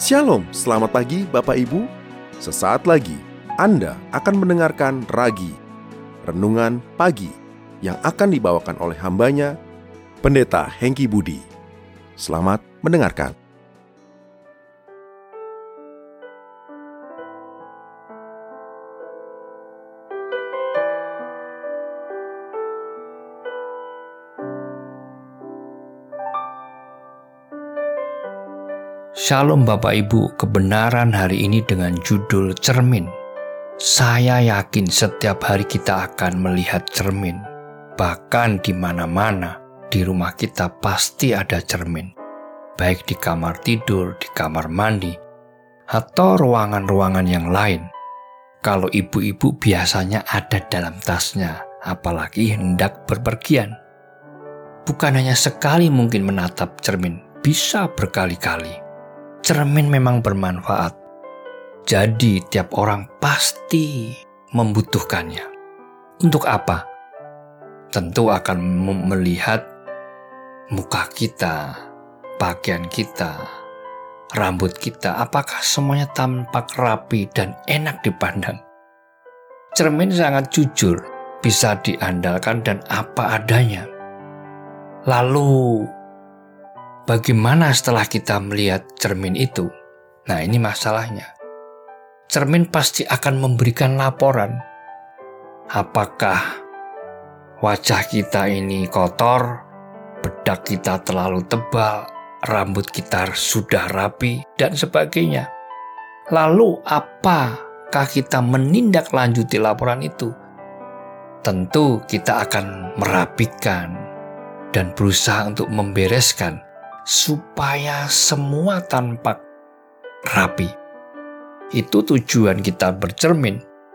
Shalom, selamat pagi Bapak Ibu. Sesaat lagi Anda akan mendengarkan Ragi, Renungan Pagi, yang akan dibawakan oleh hambanya, Pendeta Hengki Budi. Selamat mendengarkan. Shalom Bapak Ibu, kebenaran hari ini dengan judul cermin. Saya yakin setiap hari kita akan melihat cermin. Bahkan di mana-mana, di rumah kita pasti ada cermin. Baik di kamar tidur, di kamar mandi, atau ruangan-ruangan yang lain. Kalau ibu-ibu biasanya ada dalam tasnya, apalagi hendak berpergian. Bukan hanya sekali mungkin menatap cermin, bisa berkali-kali. Cermin memang bermanfaat, jadi tiap orang pasti membutuhkannya. Untuk apa? Tentu akan melihat muka kita, pakaian kita, rambut kita, apakah semuanya tampak rapi dan enak dipandang. Cermin sangat jujur, bisa diandalkan dan apa adanya. Lalu, bagaimana setelah kita melihat cermin itu? Nah, ini masalahnya. Cermin pasti akan memberikan laporan. Apakah wajah kita ini kotor, bedak kita terlalu tebal, rambut kita sudah rapi, dan sebagainya. Lalu, apakah kita menindaklanjuti laporan itu? Tentu kita akan merapikan dan berusaha untuk membereskan supaya semua tampak rapi. Itu tujuan kita bercermin.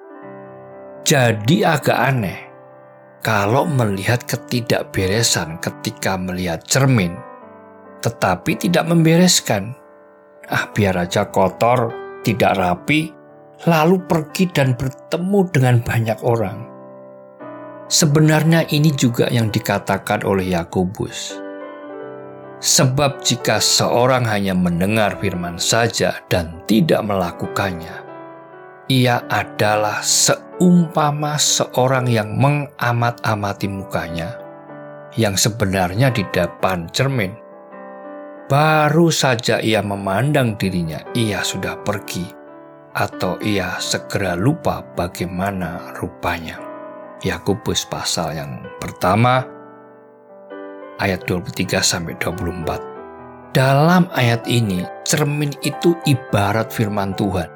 Jadi agak aneh kalau melihat ketidakberesan ketika melihat cermin, tetapi tidak membereskan. Biar aja kotor, tidak rapi, lalu pergi dan bertemu dengan banyak orang. Sebenarnya ini juga yang dikatakan oleh Yakobus. Sebab jika seorang hanya mendengar firman saja dan tidak melakukannya, ia adalah seumpama seorang yang mengamat-amati mukanya, yang sebenarnya di depan cermin. Baru saja ia memandang dirinya, ia sudah pergi, atau ia segera lupa bagaimana rupanya. Yakobus pasal yang pertama, ayat 23-24. Dalam ayat ini, cermin itu ibarat firman Tuhan,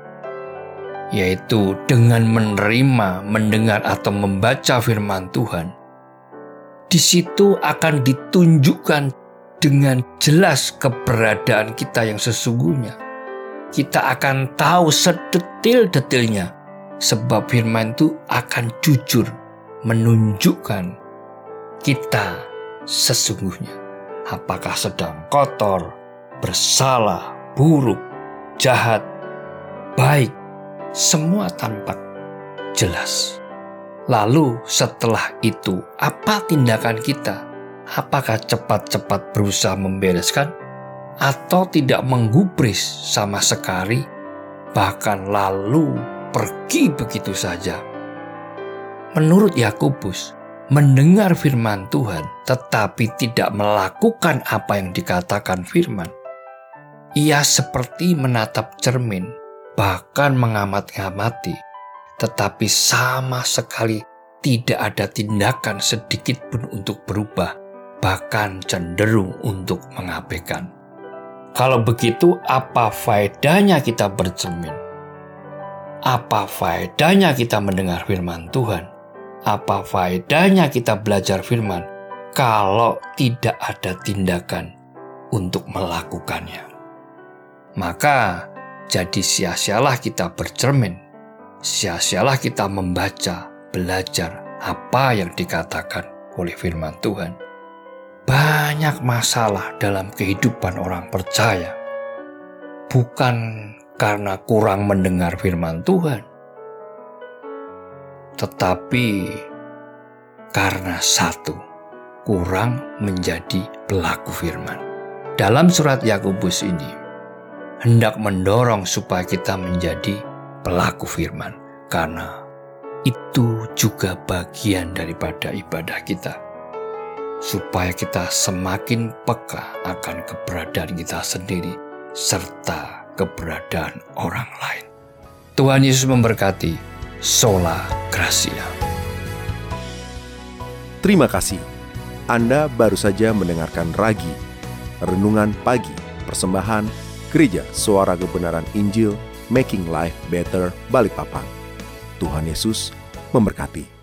yaitu dengan menerima, mendengar atau membaca firman Tuhan. Di situ akan ditunjukkan dengan jelas keberadaan kita yang sesungguhnya. Kita akan tahu sedetil-detilnya, sebab firman itu akan jujur menunjukkan kita sesungguhnya, apakah sedang kotor, bersalah, buruk, jahat, baik, semua tampak jelas. Lalu setelah itu, apa tindakan kita? Apakah cepat-cepat berusaha membereskan atau tidak menggubris sama sekali, bahkan lalu pergi begitu saja? Menurut Yakobus, mendengar firman Tuhan tetapi tidak melakukan apa yang dikatakan firman, ia seperti menatap cermin, bahkan mengamat-ngamati, tetapi sama sekali tidak ada tindakan sedikit pun untuk berubah, bahkan cenderung untuk mengabaikan. Kalau begitu, apa faedahnya kita bercermin? Apa faedahnya kita mendengar firman Tuhan? Apa faedahnya kita belajar firman kalau tidak ada tindakan untuk melakukannya? Maka jadi sia-sialah kita bercermin, sia-sialah kita membaca, belajar apa yang dikatakan oleh firman Tuhan. Banyak masalah dalam kehidupan orang percaya, bukan karena kurang mendengar firman Tuhan, tetapi karena satu, kurang menjadi pelaku firman. Dalam surat Yakobus ini, hendak mendorong supaya kita menjadi pelaku firman, karena itu juga bagian daripada ibadah kita, supaya kita semakin peka akan keberadaan kita sendiri serta keberadaan orang lain. Tuhan Yesus memberkati. Sola Gracia. Terima kasih. Anda baru saja mendengarkan Ragi, Renungan Pagi, persembahan Gereja Suara Kebenaran Injil, Making Life Better, Balikpapan. Tuhan Yesus memberkati.